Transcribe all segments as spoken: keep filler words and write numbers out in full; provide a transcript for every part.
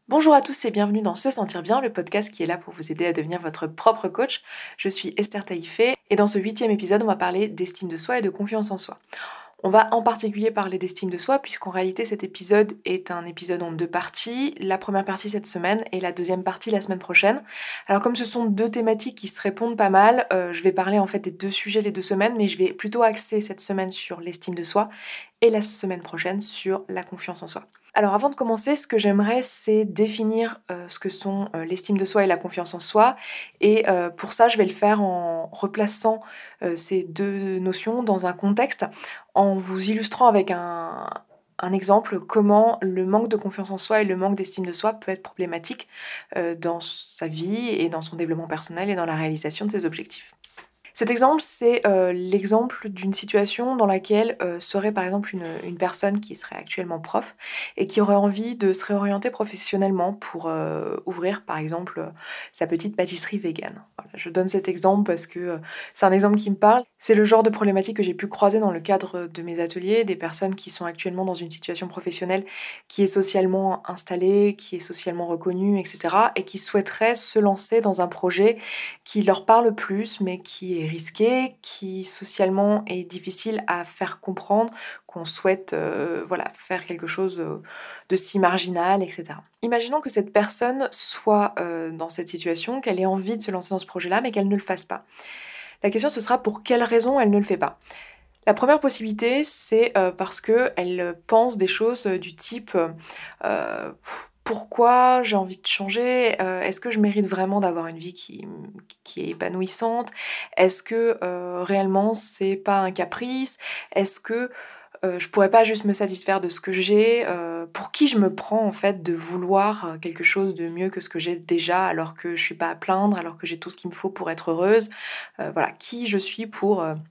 Bonjour à tous et bienvenue dans Se Sentir Bien, le podcast qui est là pour vous aider à devenir votre propre coach. Je suis Esther Taïfé et dans ce huitième épisode, on va parler d'estime de soi et de confiance en soi. On va en particulier parler d'estime de soi puisqu'en réalité cet épisode est un épisode en deux parties. La première partie cette semaine et la deuxième partie la semaine prochaine. Alors comme ce sont deux thématiques qui se répondent pas mal, euh, je vais parler en fait des deux sujets les deux semaines, mais je vais plutôt axer cette semaine sur l'estime de soi et la semaine prochaine sur la confiance en soi. Alors avant de commencer, ce que j'aimerais c'est définir euh, ce que sont euh, l'estime de soi et la confiance en soi. Et euh, pour ça, je vais le faire en replaçant euh, ces deux notions dans un contexte en vous illustrant avec un, un exemple comment le manque de confiance en soi et le manque d'estime de soi peut être problématique euh, dans sa vie et dans son développement personnel et dans la réalisation de ses objectifs. Cet exemple, c'est euh, l'exemple d'une situation dans laquelle euh, serait par exemple une, une personne qui serait actuellement prof et qui aurait envie de se réorienter professionnellement pour euh, ouvrir par exemple euh, sa petite pâtisserie végane. Voilà, je donne cet exemple parce que euh, c'est un exemple qui me parle. C'est le genre de problématique que j'ai pu croiser dans le cadre de mes ateliers, des personnes qui sont actuellement dans une situation professionnelle qui est socialement installée, qui est socialement reconnue, et cetera et qui souhaiteraient se lancer dans un projet qui leur parle plus, mais qui est risqué, qui socialement est difficile à faire comprendre qu'on souhaite euh, voilà, faire quelque chose euh, de si marginal, et cetera. Imaginons que cette personne soit euh, dans cette situation, qu'elle ait envie de se lancer dans ce projet-là, mais qu'elle ne le fasse pas. La question, ce sera pour quelle raison elle ne le fait pas. La première possibilité, c'est euh, parce qu'elle pense des choses euh, du type euh, pourquoi j'ai envie de changer euh, Est-ce que je mérite vraiment d'avoir une vie qui, qui est épanouissante Est-ce que euh, réellement c'est pas un caprice Est-ce que euh, je pourrais pas juste me satisfaire de ce que j'ai euh, Pour qui je me prends en fait de vouloir quelque chose de mieux que ce que j'ai déjà alors que je suis pas à plaindre, alors que j'ai tout ce qu'il me faut pour être heureuse Euh, Voilà, qui je suis pour... euh,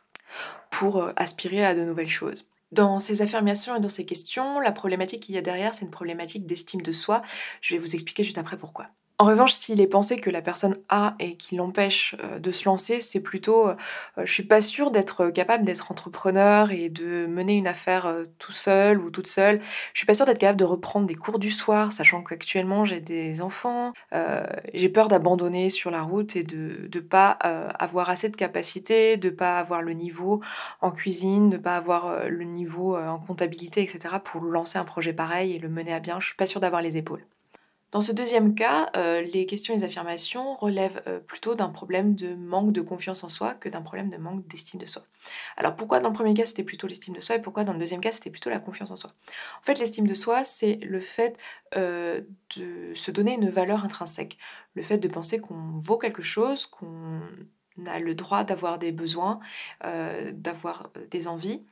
pour euh, aspirer à de nouvelles choses. Dans ces affirmations et dans ces questions, la problématique qu'il y a derrière, c'est une problématique d'estime de soi. Je vais vous expliquer juste après pourquoi. En revanche, si les pensées que la personne a et qui l'empêchent euh, de se lancer, c'est plutôt euh, euh, je suis pas sûre d'être capable d'être entrepreneur et de mener une affaire euh, tout seul ou toute seule. Je suis pas sûre d'être capable de reprendre des cours du soir, sachant qu'actuellement j'ai des enfants. Euh, j'ai peur d'abandonner sur la route et de ne pas euh, avoir assez de capacité, de pas avoir le niveau en cuisine, de pas avoir euh, le niveau euh, en comptabilité, et cetera pour lancer un projet pareil et le mener à bien. Je suis pas sûre d'avoir les épaules. Dans ce deuxième cas, euh, les questions et les affirmations relèvent euh, plutôt d'un problème de manque de confiance en soi que d'un problème de manque d'estime de soi. Alors pourquoi dans le premier cas c'était plutôt l'estime de soi et pourquoi dans le deuxième cas c'était plutôt la confiance en soi? En fait, l'estime de soi, c'est le fait euh, de se donner une valeur intrinsèque, le fait de penser qu'on vaut quelque chose, qu'on a le droit d'avoir des besoins, euh, d'avoir euh, des envies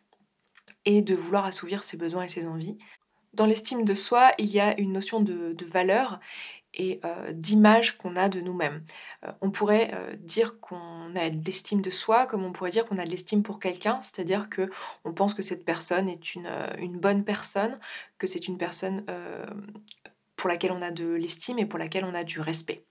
et de vouloir assouvir ses besoins et ses envies. Dans l'estime de soi, il y a une notion de, de valeur et euh, d'image qu'on a de nous-mêmes. Euh, on pourrait euh, dire qu'on a de l'estime de soi, comme on pourrait dire qu'on a de l'estime pour quelqu'un, c'est-à-dire que on pense que cette personne est une, euh, une bonne personne, que c'est une personne euh, pour laquelle on a de l'estime et pour laquelle on a du respect.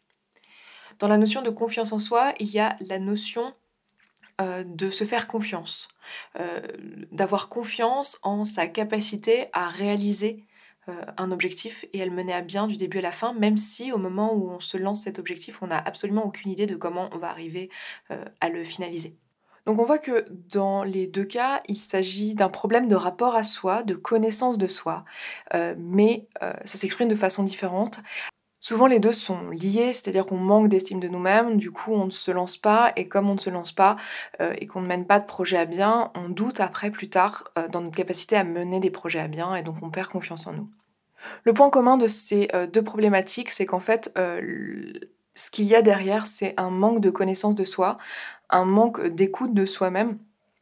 Dans la notion de confiance en soi, il y a la notion euh, de se faire confiance, euh, d'avoir confiance en sa capacité à réaliser euh, un objectif et à le mener à bien du début à la fin, même si au moment où on se lance cet objectif, on n'a absolument aucune idée de comment on va arriver euh, à le finaliser. Donc on voit que dans les deux cas, il s'agit d'un problème de rapport à soi, de connaissance de soi, euh, mais euh, ça s'exprime de façon différente. Souvent les deux sont liés, c'est-à-dire qu'on manque d'estime de nous-mêmes, du coup on ne se lance pas et comme on ne se lance pas, heu et qu'on ne mène pas de projet à bien, on doute après plus tard, heu, dans notre capacité à mener des projets à bien et donc on perd confiance en nous. Le point commun de ces, heu, deux problématiques, c'est qu'en fait, heu, l ce qu'il y a derrière, c'est un manque de connaissance de soi, un manque d'écoute de soi-même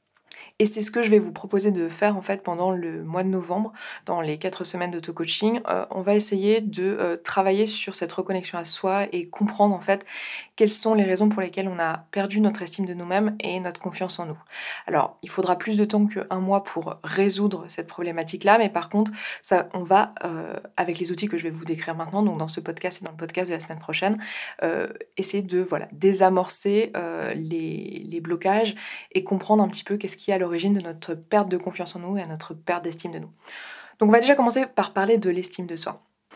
et c'est ce que je vais vous proposer de faire en fait pendant le mois de novembre, dans les quatre semaines d'auto-coaching. Heu, on va essayer de, heu, travailler sur cette reconnexion à soi et comprendre en fait quelles sont les raisons pour lesquelles on a perdu notre estime de nous-mêmes et notre confiance en nous. Alors, il faudra plus de temps qu'un mois pour résoudre cette problématique-là, mais par contre, ça on va, heu, avec les outils que je vais vous décrire maintenant, donc dans ce podcast et dans le podcast de la semaine prochaine, heu, essayer de voilà, désamorcer, heu, les les blocages et comprendre un petit peu qu'est-ce qui est à l'origine de notre perte de confiance en nous et à notre perte d'estime de nous. Donc on va déjà commencer par parler de l'estime de soi.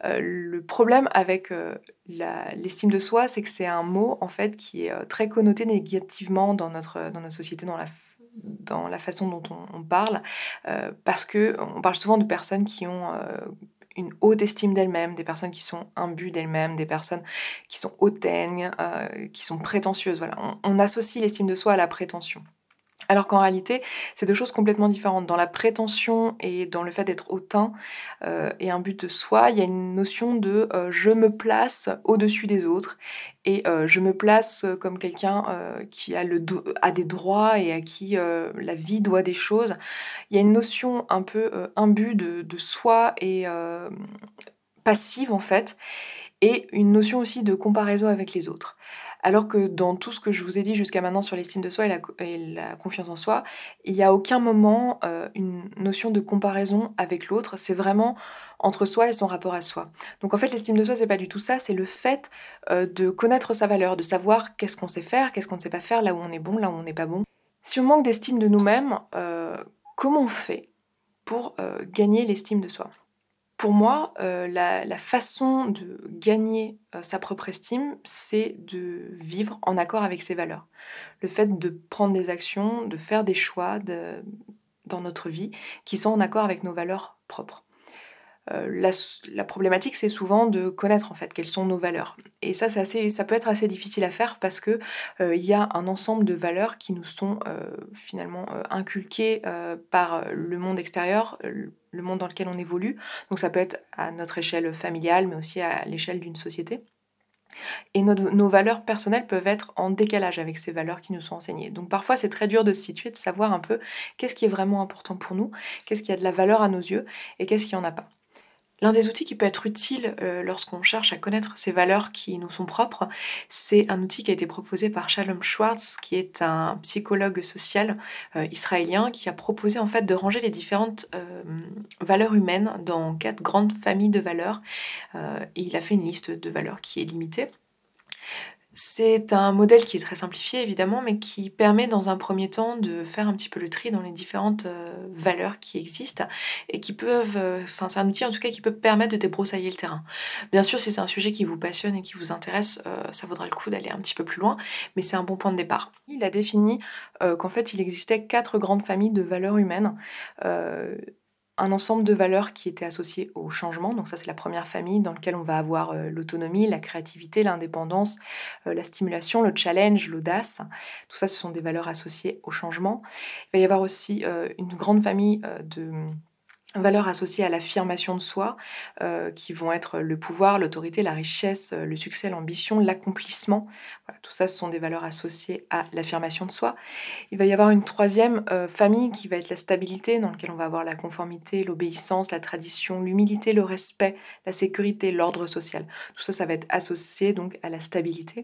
Heu, le problème avec, heu, la l'estime de soi, c'est que c'est un mot, en fait, qui est, heu, très connoté négativement dans notre, dans notre société, dans la f dans la façon dont on on parle, heu, parce qu'on parle souvent de personnes qui ont, heu, une haute estime d'elles-mêmes, des personnes qui sont imbues d'elles-mêmes, des personnes qui sont hautaines, heu, qui sont prétentieuses, voilà. On on associe l'estime de soi à la prétention. Alors qu'en réalité, c'est deux choses complètement différentes. Dans la prétention et dans le fait d'être hautain, heu et imbu de soi, il y a une notion de, heu, je me place au-dessus des autres et heu, je me place, heu, comme quelqu'un, heu, qui a le do a des droits et à qui, heu, la vie doit des choses. Il y a une notion un peu, heu, imbue de de soi et hem, passive en fait, et une notion aussi de comparaison avec les autres. Alors que dans tout ce que je vous ai dit jusqu'à maintenant sur l'estime de soi et la co et la confiance en soi, il y a aucun moment, heu, une notion de comparaison avec l'autre. C'est vraiment entre soi et son rapport à soi. Donc en fait, l'estime de soi, c'est pas du tout ça, c'est le fait, heu, de connaître sa valeur, de savoir qu'est-ce qu'on sait faire, qu'est-ce qu'on ne sait pas faire, là où on est bon, là où on n'est pas bon. Si on manque d'estime de nous-mêmes, heu, comment on fait pour, heu, gagner l'estime de soi? Pour moi, heu, la la façon de gagner, heu, sa propre estime, c'est de vivre en accord avec ses valeurs. Le fait de prendre des actions, de faire des choix de dans notre vie qui sont en accord avec nos valeurs propres. Heu, la s la problématique, c'est souvent de connaître, en fait, quelles sont nos valeurs, et ça, c'est assez ça peut être assez difficile à faire parce que, heu, il y a un ensemble de valeurs qui nous sont, heu, finalement, heu, inculquées, heu, par, heu, le monde extérieur, heu, le monde dans lequel on évolue. Donc ça peut être à notre échelle familiale, mais aussi à l'échelle d'une société, et nos nos valeurs personnelles peuvent être en décalage avec ces valeurs qui nous sont enseignées. Donc parfois, c'est très dur de se situer, de savoir un peu qu'est-ce qui est vraiment important pour nous, qu'est-ce qui a de la valeur à nos yeux et qu'est-ce qui en a pas. L'un des outils qui peut être utile, heu, lorsqu'on cherche à connaître ces valeurs qui nous sont propres, c'est un outil qui a été proposé par Shalom Schwartz, qui est un psychologue social, heu, israélien, qui a proposé en fait de ranger les différentes, hem, valeurs humaines dans quatre grandes familles de valeurs, heu et il a fait une liste de valeurs qui est limitée. C'est un modèle qui est très simplifié évidemment, mais qui permet dans un premier temps de faire un petit peu le tri dans les différentes, heu, valeurs qui existent et qui peuvent, heu enfin c'est un outil en tout cas qui peut permettre de débroussailler le terrain. Bien sûr, si c'est un sujet qui vous passionne et qui vous intéresse, heu, ça vaudra le coup d'aller un petit peu plus loin, mais c'est un bon point de départ. Il a défini, heu, qu'en fait il existait quatre grandes familles de valeurs humaines, heu un ensemble de valeurs qui étaient associées au changement, donc ça c'est la première famille dans lequel on va avoir, heu, l'autonomie, la créativité, l'indépendance, heu, la stimulation, le challenge, l'audace. Tout ça, ce sont des valeurs associées au changement. Il va y avoir aussi, heu, une grande famille, heu, de, mmh, valeurs associées à l'affirmation de soi, heu, qui vont être le pouvoir, l'autorité, la richesse, heu, le succès, l'ambition, l'accomplissement. Voilà, tout ça, ce sont des valeurs associées à l'affirmation de soi. Il va y avoir une troisième e famille qui va être la stabilité, dans lequel on va avoir la conformité, l'obéissance, la tradition, l'humilité, le respect, la sécurité, l'ordre social. Tout ça, ça va être associé donc à la stabilité,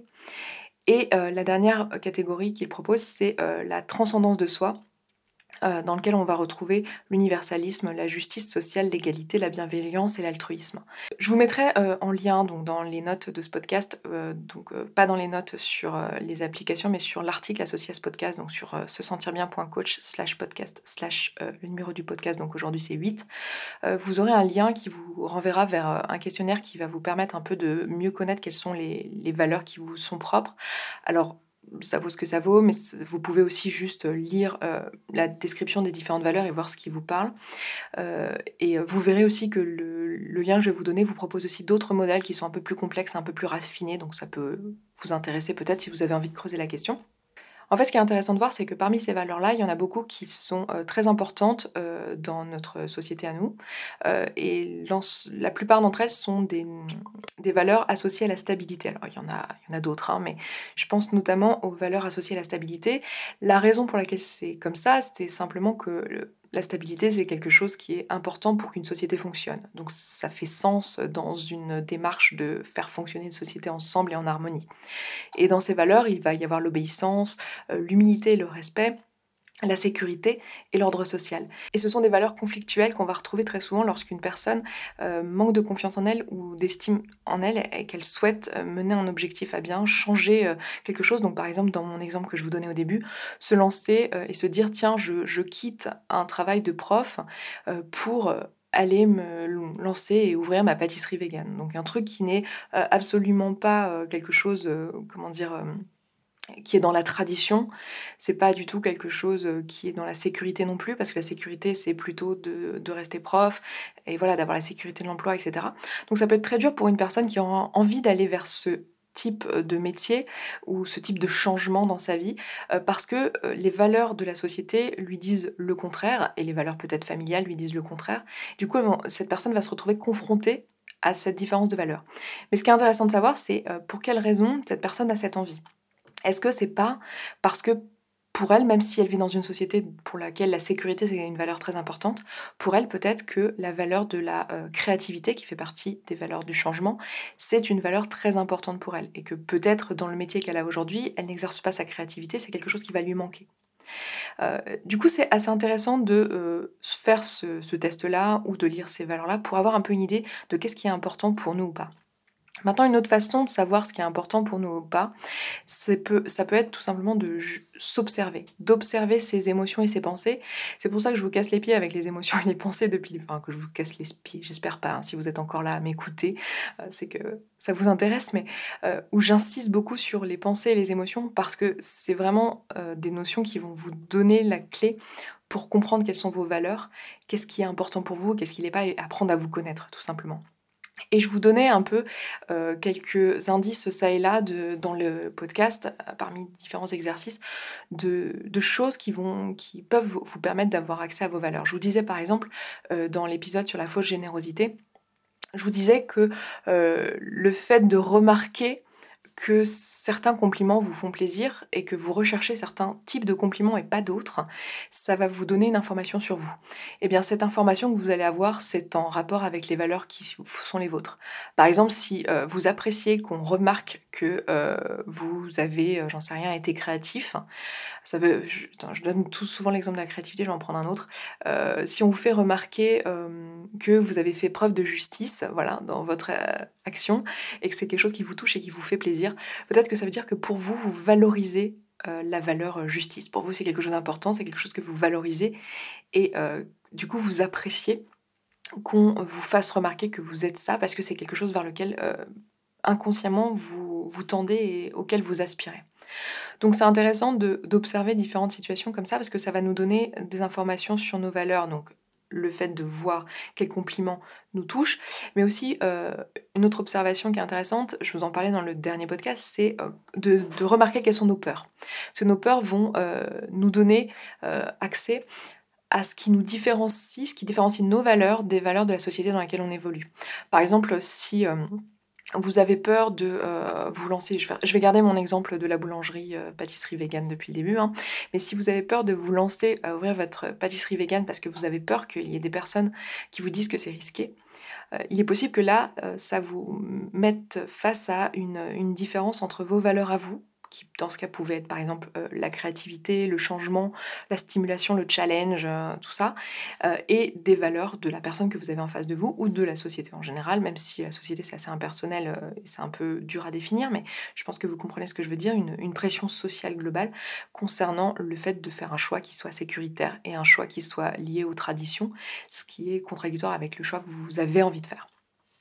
et heu, la dernière, heu, catégorie qu'il propose, c'est, heu, la transcendance de soi, heu, dans lequel on va retrouver l'universalisme, la justice sociale, l'égalité, la bienveillance et l'altruisme. Je vous mettrai, heu, en lien donc dans les notes de ce podcast, heu, donc heu, pas dans les notes sur, heu, les applications, mais sur l'article associé à ce podcast, donc sur, heu, se sentir bien point coach slash podcast slash, heu, le numéro du podcast, donc aujourd'hui c'est huit. Heu, vous aurez un lien qui vous renverra vers, heu, un questionnaire qui va vous permettre un peu de mieux connaître quelles sont les les valeurs qui vous sont propres. Alors, ça vaut ce que ça vaut, mais c vous pouvez aussi juste, heu, lire, heu, la description des différentes valeurs et voir ce qui vous parle. Heu et vous verrez aussi que le le lien que je vais vous donner vous propose aussi d'autres modèles qui sont un peu plus complexes, un peu plus raffinés, donc ça peut vous intéresser peut-être si vous avez envie de creuser la question. En fait, ce qui est intéressant de voir, c'est que parmi ces valeurs-là, il y en a beaucoup qui sont, heu, très importantes, heu, dans notre société à nous, heu et l'enc la plupart d'entre elles sont des, mmh, des valeurs associées à la stabilité. Alors il y en a il y en a d'autres, hein, mais je pense notamment aux valeurs associées à la stabilité. La raison pour laquelle c'est comme ça, c'est simplement que le la stabilité, c'est quelque chose qui est important pour qu'une société fonctionne. Donc ça fait sens dans une démarche de faire fonctionner une société ensemble et en harmonie. Et dans ces valeurs, il va y avoir l'obéissance, heu, l'humilité, le respect, la sécurité et l'ordre social. Et ce sont des valeurs conflictuelles qu'on va retrouver très souvent lorsqu'une personne, heu, manque de confiance en elle ou d'estime en elle et qu'elle souhaite, heu, mener un objectif à bien, changer, heu, quelque chose. Donc par exemple, dans mon exemple que je vous donnais au début, se lancer, heu et se dire: «Tiens, je je quitte un travail de prof, heu, pour, heu, aller me lancer et ouvrir ma pâtisserie végane. Donc un truc qui n'est euh, absolument pas euh, quelque chose, euh, comment dire, euh, qui est dans la tradition. C'est pas du tout quelque chose euh, qui est dans la sécurité non plus, parce que la sécurité, c'est plutôt de, de rester prof et voilà, d'avoir la sécurité de l'emploi, et cetera. Donc ça peut être très dur pour une personne qui aura envie d'aller vers ce type euh, de métier ou ce type de changement dans sa vie, euh, parce que euh, les valeurs de la société lui disent le contraire, et les valeurs peut-être familiales lui disent le contraire. Du coup, elles vont- cette personne va se retrouver confrontée à cette différence de valeurs. Mais ce qui est intéressant de savoir, c'est euh, pour quelle raison cette personne a cette envie. Est-ce que c'est pas parce que pour elle, même si elle vit dans une société pour laquelle la sécurité c'est une valeur très importante, pour elle peut-être que la valeur de la euh, créativité, qui fait partie des valeurs du changement, c'est une valeur très importante pour elle et que peut-être dans le métier qu'elle a aujourd'hui, elle n'exerce pas sa créativité, c'est quelque chose qui va lui manquer. Euh, du coup, c'est assez intéressant de euh, faire ce, ce test-là ou de lire ces valeurs-là pour avoir un peu une idée de qu'est-ce qui est important pour nous ou pas. Maintenant, une autre façon de savoir ce qui est important pour nous ou pas, c'est peu ça peut être tout simplement de ju s'observer, d'observer ses émotions et ses pensées. C'est pour ça que je vous casse les pieds avec les émotions et les pensées depuis enfin, que je vous casse les pieds, j'espère pas, hein, si vous êtes encore là à m'écouter, heu, c'est que ça vous intéresse, mais heu, où j'insiste beaucoup sur les pensées et les émotions parce que c'est vraiment, heu, des notions qui vont vous donner la clé pour comprendre quelles sont vos valeurs, qu'est-ce qui est important pour vous, qu'est-ce qui l'est pas et apprendre à vous connaître, tout simplement. Et je vous donnais un peu, heu, quelques indices ça et là de dans le podcast, heu, parmi différents exercices, de de choses qui vont qui peuvent vous vous permettre d'avoir accès à vos valeurs. Je vous disais par exemple, heu, dans l'épisode sur la fausse générosité, je vous disais que, heu, le fait de remarquer que certains compliments vous font plaisir et que vous recherchez certains types de compliments et pas d'autres, ça va vous donner une information sur vous. Eh bien, cette information que vous allez avoir, c'est en rapport avec les valeurs qui sont les vôtres. Par exemple, si euh, vous appréciez qu'on remarque que euh, vous avez, euh, j'en sais rien, été créatif, ça veut, je, attends, je donne tout souvent l'exemple de la créativité, je vais en prendre un autre. Euh, si on vous fait remarquer euh, que vous avez fait preuve de justice, voilà, dans votre euh, action, et que c'est quelque chose qui vous touche et qui vous fait plaisir, peut-être que ça veut dire que pour vous, vous valorisez euh, la valeur euh, justice. Pour vous, c'est quelque chose d'important, c'est quelque chose que vous valorisez et euh, du coup, vous appréciez qu'on vous fasse remarquer que vous êtes ça parce que c'est quelque chose vers lequel euh, inconsciemment vous, vous tendez et auquel vous aspirez. Donc c'est intéressant de d'observer différentes situations comme ça parce que ça va nous donner des informations sur nos valeurs, donc le fait de voir quels compliments nous touchent, mais aussi, heu, une autre observation qui est intéressante, je vous en parlais dans le dernier podcast, c'est, heu, de de remarquer quelles sont nos peurs. Parce que nos peurs vont, heu, nous donner, heu, accès à ce qui nous différencie, ce qui différencie nos valeurs des valeurs de la société dans laquelle on évolue. Par exemple, si, hem vous avez peur de, heu, vous lancer je vais je vais garder mon exemple de la boulangerie, heu, pâtisserie végane depuis le début, hein. Mais si vous avez peur de vous lancer à ouvrir votre pâtisserie végane parce que vous avez peur qu'il y ait des personnes qui vous disent que c'est risqué, heu, il est possible que là, heu, ça vous mette face à une, une différence entre vos valeurs à vous, qui dans ce cas pouvaient être par exemple, heu, la créativité, le changement, la stimulation, le challenge, heu, tout ça, heu et des valeurs de la personne que vous avez en face de vous ou de la société en général, même si la société c'est assez impersonnel, heu et c'est un peu dur à définir, mais je pense que vous comprenez ce que je veux dire, une une pression sociale globale concernant le fait de faire un choix qui soit sécuritaire et un choix qui soit lié aux traditions, ce qui est contradictoire avec le choix que vous avez envie de faire.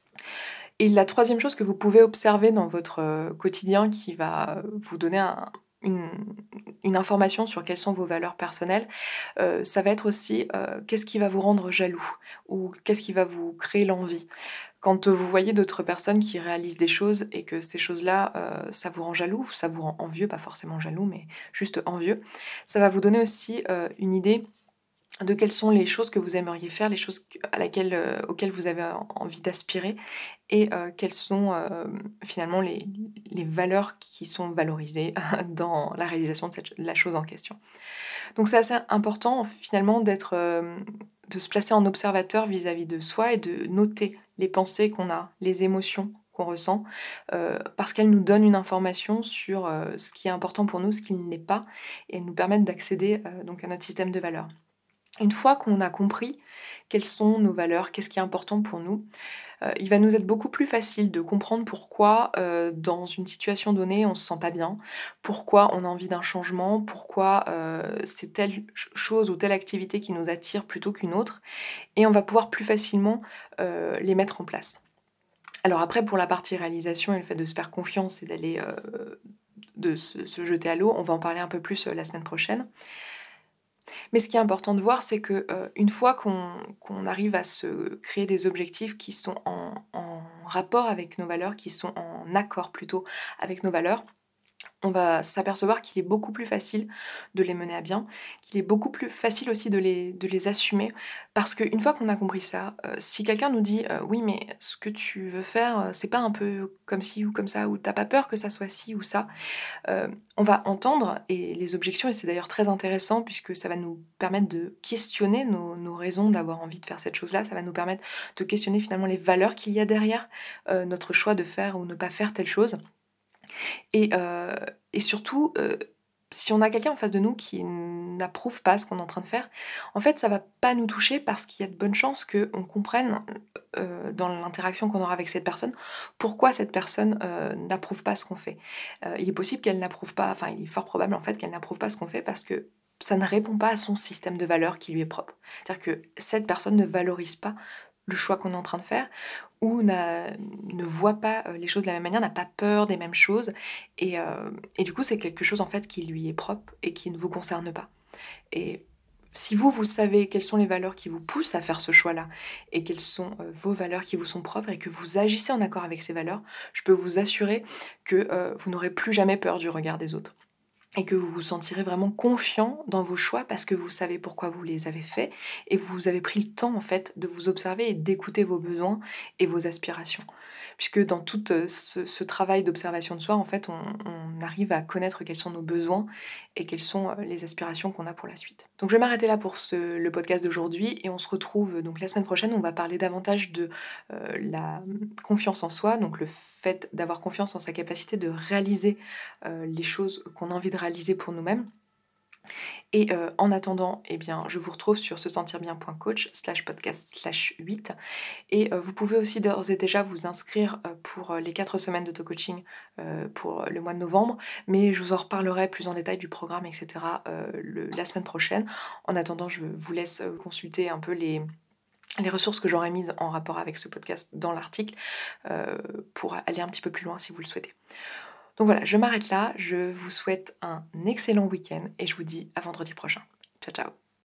Et la troisième chose que vous pouvez observer dans votre, heu, quotidien qui va, vous donner un une une information sur quelles sont vos valeurs personnelles, heu, ça va être aussi, heu, qu'est-ce qui va vous rendre jaloux? Ou qu'est-ce qui va vous créer l'envie? Quand, heu, vous voyez d'autres personnes qui réalisent des choses et que ces choses-là, heu, ça vous rend jaloux, ça vous rend envieux, pas forcément jaloux, mais juste envieux, ça va vous donner aussi, heu, une idée de quelles sont les choses que vous aimeriez faire, les choses q à laquelle, heu, auxquelles vous avez en envie d'aspirer et heu, quelles sont, hem, finalement les les valeurs qui sont valorisées dans la réalisation de cette la chose en question. Donc c'est assez important finalement d'être, hem, de se placer en observateur vis-à-vis de soi et de noter les pensées qu'on a, les émotions qu'on ressent, heu, parce qu'elles nous donnent une information sur, heu, ce qui est important pour nous, ce qui ne l'est pas et elles nous permettent d'accéder, heu, donc à notre système de valeurs. Une fois qu'on a compris quelles sont nos valeurs, qu'est-ce qui est important pour nous, heu, il va nous être beaucoup plus facile de comprendre pourquoi, heu, dans une situation donnée, on se sent pas bien, pourquoi on a envie d'un changement, pourquoi, heu, c'est telle ch chose ou telle activité qui nous attire plutôt qu'une autre et on va pouvoir plus facilement, heu, les mettre en place. Alors après pour la partie réalisation et le fait de se faire confiance et d'aller, heu, de se se jeter à l'eau, on va en parler un peu plus, heu, la semaine prochaine. Mais ce qui est important de voir, c'est que, heu, une fois qu'on qu'on arrive à se créer des objectifs qui sont en en rapport avec nos valeurs, qui sont en accord plutôt avec nos valeurs, on va s'apercevoir qu'il est beaucoup plus facile de les mener à bien, qu'il est beaucoup plus facile aussi de les de les assumer. Parce qu'une fois qu'on a compris ça, heu, si quelqu'un nous dit: «Heu, oui, mais ce que tu veux faire, heu, c'est pas un peu comme ci ou comme ça, ou tu pas peur que ça soit ci ou ça?» Heu, on va entendre et les objections et c'est d'ailleurs très intéressant puisque ça va nous permettre de questionner nos nos raisons d'avoir envie de faire cette chose-là. Ça va nous permettre de questionner finalement les valeurs qu'il y a derrière, heu, notre choix de faire ou ne pas faire telle chose et heu et surtout, heu, si on a quelqu'un en face de nous qui n'approuve pas ce qu'on est en train de faire, en fait, ça va pas nous toucher parce qu'il y a de bonnes chances qu'on comprenne, heu, dans l'interaction qu'on aura avec cette personne, pourquoi cette personne, heu, n'approuve pas ce qu'on fait. Heu, il est possible qu'elle n'approuve pas enfin, il est fort probable, en fait, qu'elle n'approuve pas ce qu'on fait parce que ça ne répond pas à son système de valeurs qui lui est propre. C'est-à-dire que cette personne ne valorise pas le choix qu'on est en train de faire ou n'a ne voit pas, heu, les choses de la même manière, n'a pas peur des mêmes choses et heu et du coup, c'est quelque chose, en fait, qui lui est propre et qui ne vous concerne pas et si vous, vous savez quelles sont les valeurs qui vous poussent à faire ce choix-là et quelles sont, heu, vos valeurs qui vous sont propres et que vous agissez en accord avec ces valeurs, je peux vous assurer que, heu, vous n'aurez plus jamais peur du regard des autres. Et que vous vous sentirez vraiment confiant dans vos choix parce que vous savez pourquoi vous les avez faits et vous avez pris le temps en fait de vous observer et d'écouter vos besoins et vos aspirations. Puisque dans tout euh, ce, ce travail d'observation de soi, en fait, on, on arrive à connaître quels sont nos besoins et quelles sont euh, les aspirations qu'on a pour la suite. Donc je vais m'arrêter là pour ce- le podcast d'aujourd'hui et on se retrouve euh, donc la semaine prochaine. On va parler davantage de euh, la hum, confiance en soi, donc le fait d'avoir confiance en sa capacité de réaliser heu, les choses qu'on a envie de réaliser pour nous-mêmes et heu, en attendant, eh bien, je vous retrouve sur se sentir bien point coach slash podcast slash huit et heu, vous pouvez aussi d'ores et déjà vous inscrire, heu, pour, heu, les quatre semaines d'auto-coaching, heu, pour le mois de novembre, mais je vous en reparlerai plus en détail du programme et cetera, heu, le la semaine prochaine. En attendant, je vous laisse, heu, consulter un peu les les ressources que j'aurais mises en rapport avec ce podcast dans l'article, heu, pour aller un petit peu plus loin si vous le souhaitez. Donc voilà, je m'arrête là, je vous souhaite un excellent week-end et je vous dis à vendredi prochain. Ciao, ciao.